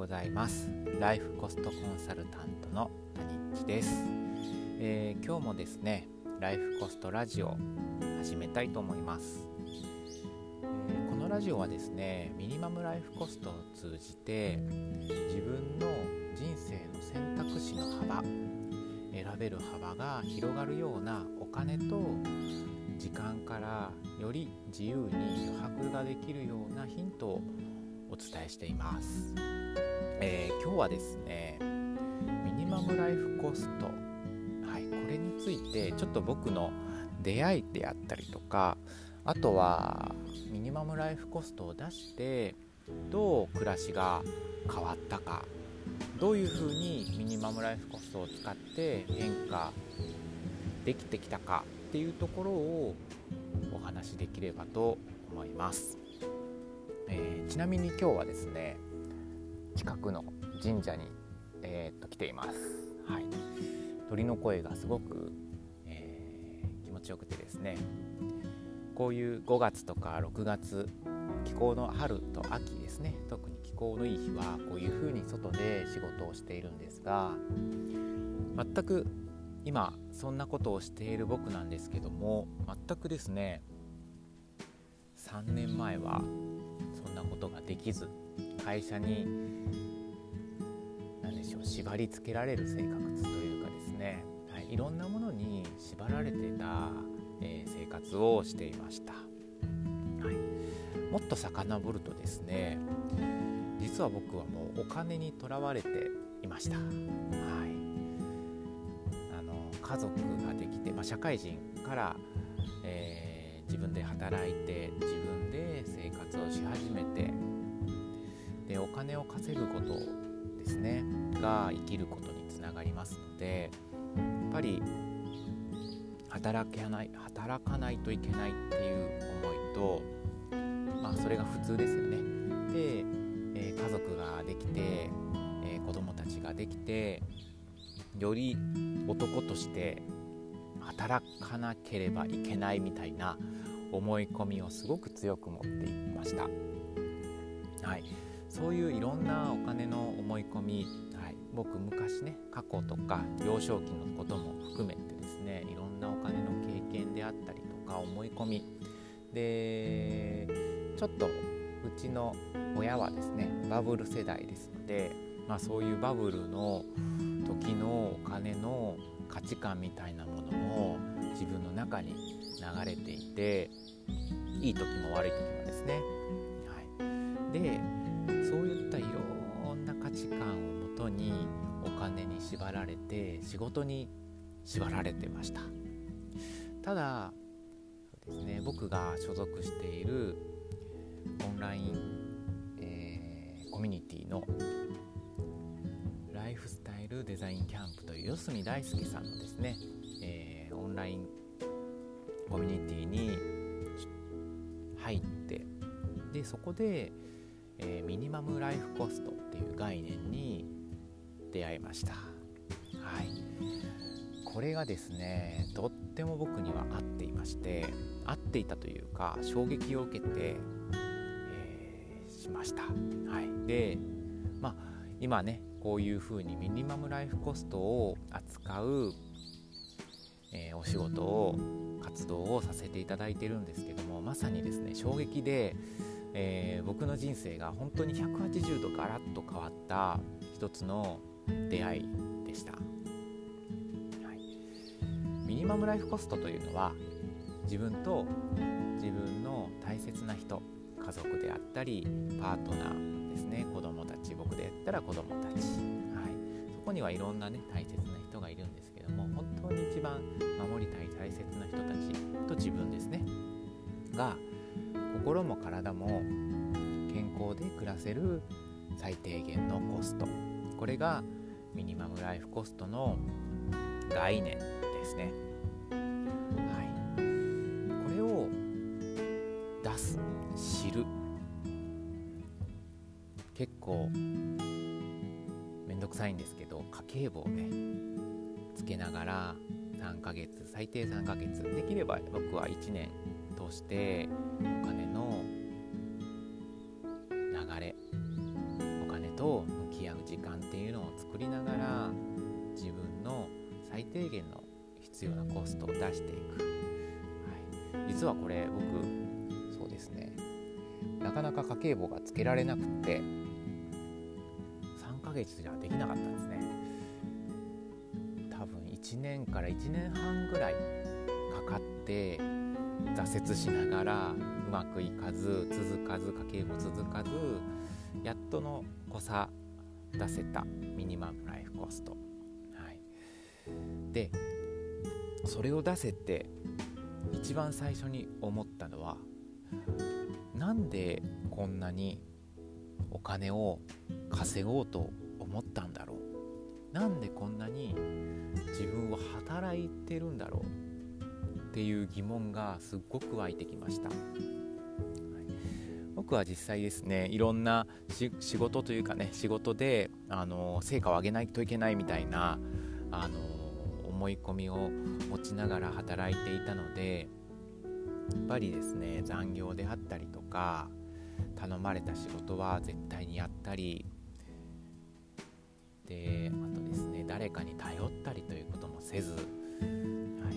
ございます。ライフコストコンサルタントの谷口です。今日もですね、ライフコストラジオ始めたいと思います。このラジオはですね、ミニマムライフコストを通じて自分の人生の選択肢の幅、選べる幅が広がるようなお金と時間からより自由に余白ができるようなヒントをお伝えしています。今日はですね、ミニマムライフコスト、これについてちょっと僕の出会いであったりとか、あとはミニマムライフコストを出してどう暮らしが変わったか、どういうふうにミニマムライフコストを使って変化できてきたかっていうところをお話しできればと思います。ちなみに今日はですね、近くの神社に、来ています。鳥の声がすごく、気持ちよくてですね、こういう5月とか6月、気候の春と秋ですね、特に気候のいい日はこういう風に外で仕事をしているんですが、全く今そんなことをしている僕なんですけども、全くですね、3年前はそんなことができず、会社に縛り付けられる生活というかですね、いろんなものに縛られていた、生活をしていました。もっと遡るとですね、実は僕はもうお金にとらわれていました。家族ができて、社会人から、自分で働いて自分で生活をし始めて、でお金を稼ぐことですねが生きることにつながりますので、やっぱり働かないといけないっていう思いと、それが普通ですよね。で、家族ができて、子供たちができて、より男として働かなければいけないみたいな思い込みをすごく強く持っていました。そういういろんなお金の思い込み、僕昔ね、過去とか幼少期のことも含めてですね、いろんなお金の経験であったりとか思い込みで、ちょっとうちの親はですね、バブル世代ですので、そういうバブルの時のお金の価値観みたいなものも自分の中に流れていて、いい時も悪い時もですね、でそういったいろんな価値観をもとにお金に縛られて、仕事に縛られてました。ただそうですね、僕が所属しているオンライン、コミュニティのライフスタイルデザインキャンプという四隅大輔さんのですね、オンラインコミュニティに入って、でそこで、ミニマムライフコストっていう概念に出会いました。これがですね、とっても僕には合っていまして、合っていたというか衝撃を受けて、しました。で、今ね、こういうふうにミニマムライフコストを扱う、お仕事を活動をさせていただいているんですけども、まさにですね、衝撃で、僕の人生が本当に180度ガラッと変わった一つの出会いでした。ミニマムライフコストというのは、自分と自分の大切な人、家族であったりパートナーですね、子供たち、僕でやったら子供たち、そこにはいろんなね、大切な人がいるんですけども、本当に一番守りたい大切な人たちと自分ですねが、心も体も健康で暮らせる最低限のコスト、これがミニマムライフコストの概念ですね。これを出す、知る、結構めんどくさいんですけど、家計簿をねつけながら3ヶ月、最低3ヶ月、できれば僕は1年通してお金の流れ、お金と向き取りながら自分の最低限の必要なコストを出していく、はい、実はこれ僕そうですね、なかなか家計簿がつけられなくて3ヶ月じゃできなかったんですね。多分1年から1年半ぐらいかかって挫折しながらうまくいかず続かず家計簿続かずやっとのこさ出せたミニマムライフコスト、はい、でそれを出せて一番最初に思ったのは、なんでこんなにお金を稼ごうと思ったんだろう、なんでこんなに自分は働いてるんだろうっていう疑問がすっごく湧いてきました。僕は実際ですね、いろんな仕事というかね、仕事で成果を上げないといけないみたいな思い込みを持ちながら働いていたので、やっぱりですね、残業であったりとか頼まれた仕事は絶対にやったりで、あとですね、誰かに頼ったりということもせず、はい、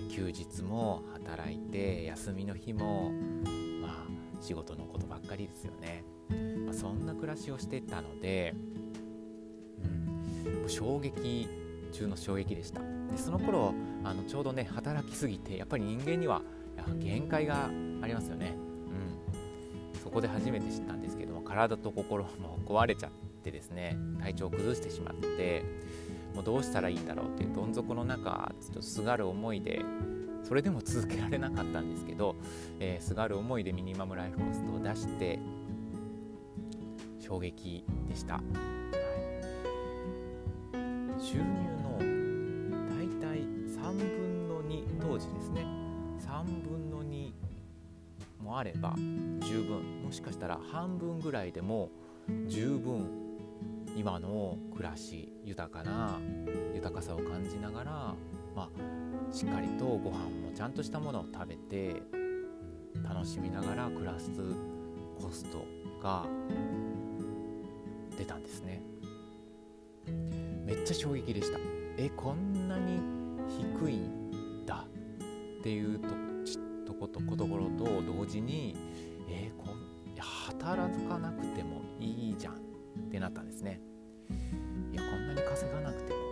休日も働いて休みの日も仕事のことばっかりですよね。そんな暮らしをしてたので、衝撃中の衝撃でした。でその頃ちょうどね働きすぎてやっぱり人間には限界がありますよね。そこで初めて知ったんですけども、体と心も壊れちゃってですね、体調を崩してしまって、もうどうしたらいいんだろうっていうどん底の中ちょっとすがる思いで、それでも続けられなかったんですけど、すがる思いでミニマムライフコストを出して衝撃でした。収入のだいたい3分の2、当時ですね、3分の2もあれば十分、もしかしたら半分ぐらいでも十分今の暮らし、豊かさを感じながら、しっかりとご飯もちゃんとしたものを食べて、楽しみながら暮らすコストが出たんですね。めっちゃ衝撃でした。こんなに低いんだっていうとことところと同時に、働かなくてもいいじゃんってなったんですね。こんなに稼がなくても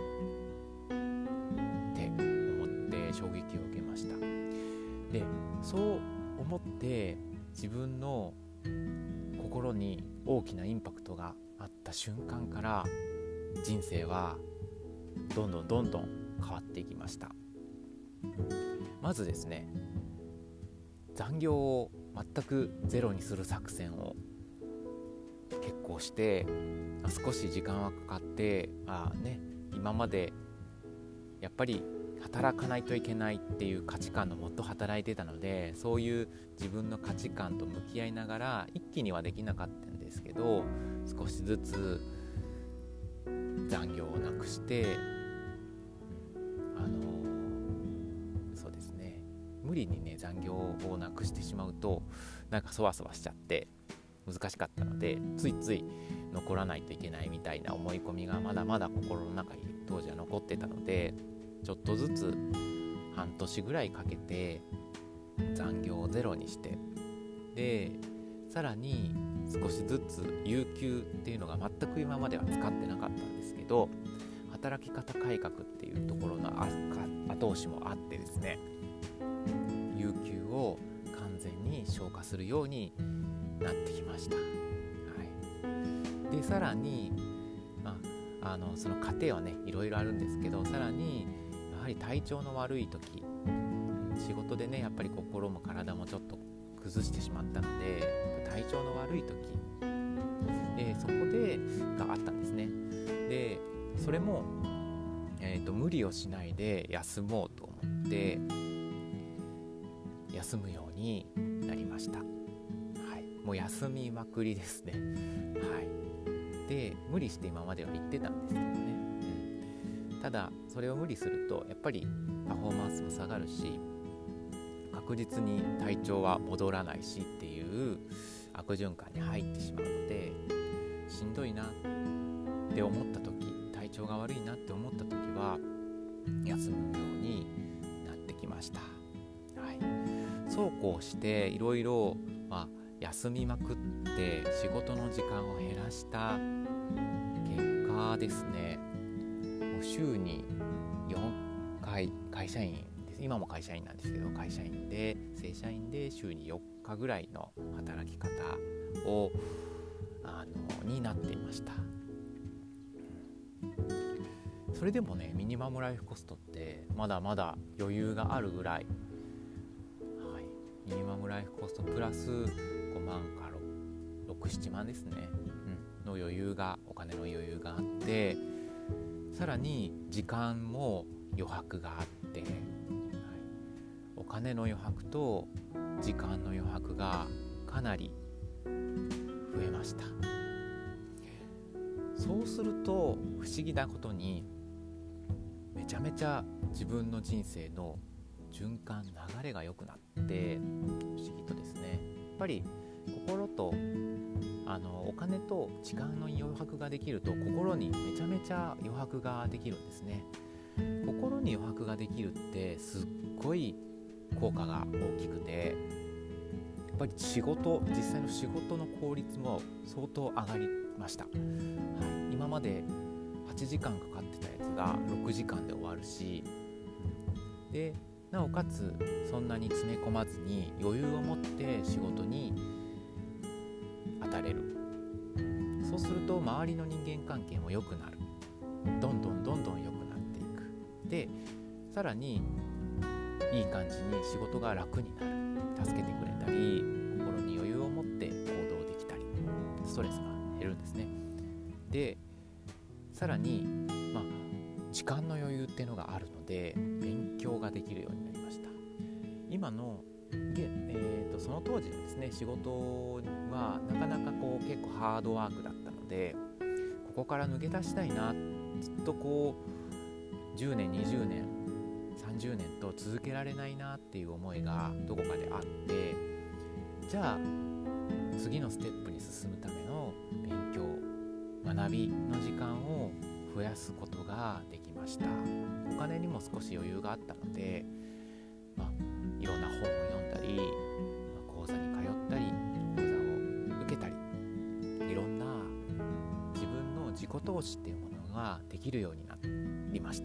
って思って衝撃を受けました。でそう思って自分の心に大きなインパクトがあった瞬間から人生はどんどん変わっていきました。まずですね、残業を全くゼロにする作戦を決行して、少し時間はかかって今までやっぱり働かないといけないっていう価値観のもと働いてたので、そういう自分の価値観と向き合いながら一気にはできなかったんですけど、少しずつ残業をなくしてそうですね、無理にね残業をなくしてしまうとそわそわしちゃって難しかったので、ついつい残らないといけないみたいな思い込みがまだまだ心の中に当時は残ってたので、ちょっとずつ半年ぐらいかけて残業をゼロにして、でさらに少しずつ有給っていうのが全く今までは使ってなかったんですけど、働き方改革っていうところの後押しもあってですね、有給を完全に消化するようになってきました。でさらに、その過程はねいろいろあるんですけど、さらにやはり体調の悪い時、仕事でねやっぱり心も体もちょっと崩してしまったので、体調の悪い時そこでがあったんですね。でそれも、無理をしないで休もうと思って休むようになりました。もう休みまくりですね。で無理して今までは言ってたんですけどね、ただそれを無理するとやっぱりパフォーマンスも下がるし、確実に体調は戻らないしっていう悪循環に入ってしまうので、しんどいなって思った時、体調調が悪いなって思った時は休むようになってきました。はい、そうこうしていろいろ休みまくって仕事の時間を減らした結果ですね、もう週に4回会社員です。今も会社員なんですけど、会社員で正社員で週に4日ぐらいの働き方をになっていました。それでもね、ミニマムライフコストってまだまだ余裕があるぐらい、ミニマムライフコストプラス5万から6、7万ですね、の余裕が、お金の余裕があって、さらに時間も余白があって、お金の余白と時間の余白がかなり増えました。そうすると不思議なことに、めちゃめちゃ自分の人生の循環、流れが良くなって、不思議とですね、やっぱり心とお金と時間の余白ができると、心にめちゃめちゃ余白ができるんですね。心に余白ができるってすっごい効果が大きくて、やっぱり実際の仕事の効率も相当上がりました。今まで8時間かかってたやつが6時間で終わるし、でなおかつそんなに詰め込まずに余裕を持って仕事に当たれる。そうすると周りの人間関係も良くなる。どんどん良くなっていく。でさらにいい感じに仕事が楽になる。助けてくれたり、心に余裕を持って行動できたり、ストレスが減るんですね。でさらに、時間の余裕っていうのがあるので、勉強ができるようになりました。今のその当時のですね、仕事はなかなか結構ハードワークだったので、ここから抜け出したいな、ずっと10年20年30年と続けられないなっていう思いがどこかであって、じゃあ次のステップに進むための勉強、学びの時間を増やすことができました。お金にも少し余裕があったので、いろんな本を読んだり、講座に通ったり、講座を受けたり、いろんな自分の自己投資っていうものができるようになりました。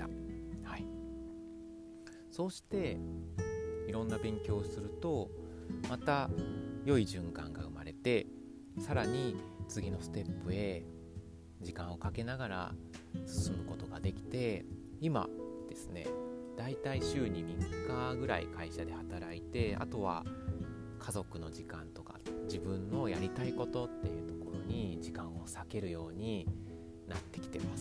そうしていろんな勉強をすると、また良い循環が生まれて、さらに次のステップへ時間をかけながら進むことができて、今ですね、だいたい週に3日ぐらい会社で働いて、あとは家族の時間とか自分のやりたいことっていうところに時間を割けるようになってきてます。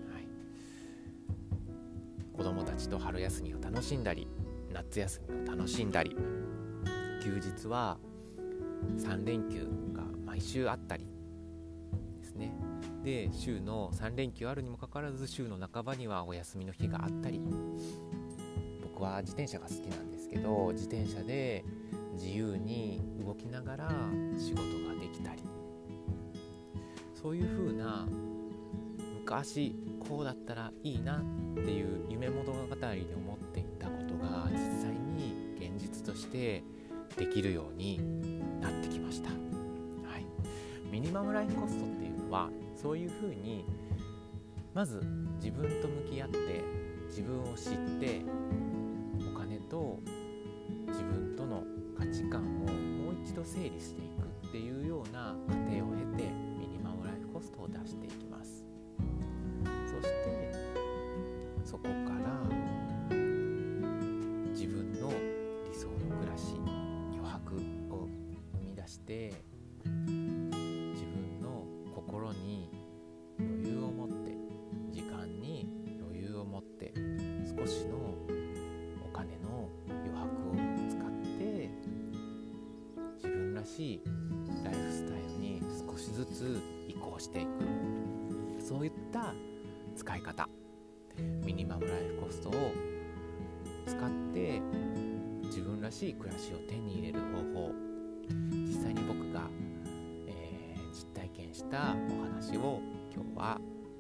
子供たちと春休みを楽しんだり、夏休みを楽しんだり、休日は3連休が毎週あったりですね。で週の3連休あるにもかかわらず、週の半ばにはお休みの日があったり、僕は自転車が好きなんですけど、自転車で自由に動きながら仕事ができたり、そういう風な、昔こうだったらいいなっていう夢物語に思っていたことが、実際に現実としてできるようになってきました。ミニマムライフコストっていうのは、そういう風にまず自分と向き合って、自分を知って、お金と自分との価値観をもう一度整理していくっていうような過程を経て、ミニマムライフコストを出していきます。そしてそこから自分の理想の暮らし、余白を生み出して、自分の心に余裕を持って、時間に余裕を持って、少しのお金の余白を使って自分らしいライフスタイルに少しずつ移行していく、そういった使い方、ミニマムライフコストを使って自分らしい暮らしを手に入れる方法、実際に僕が、実体験したお話を今日は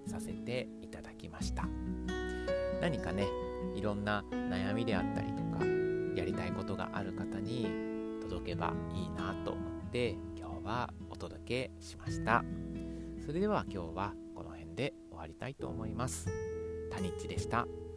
させていただきました。何かね、いろんな悩みであったりとかやりたいことがある方に届けばいいなと思って今日はお届けしました。それでは今日はこの辺で終わりたいと思います。タニッチでした。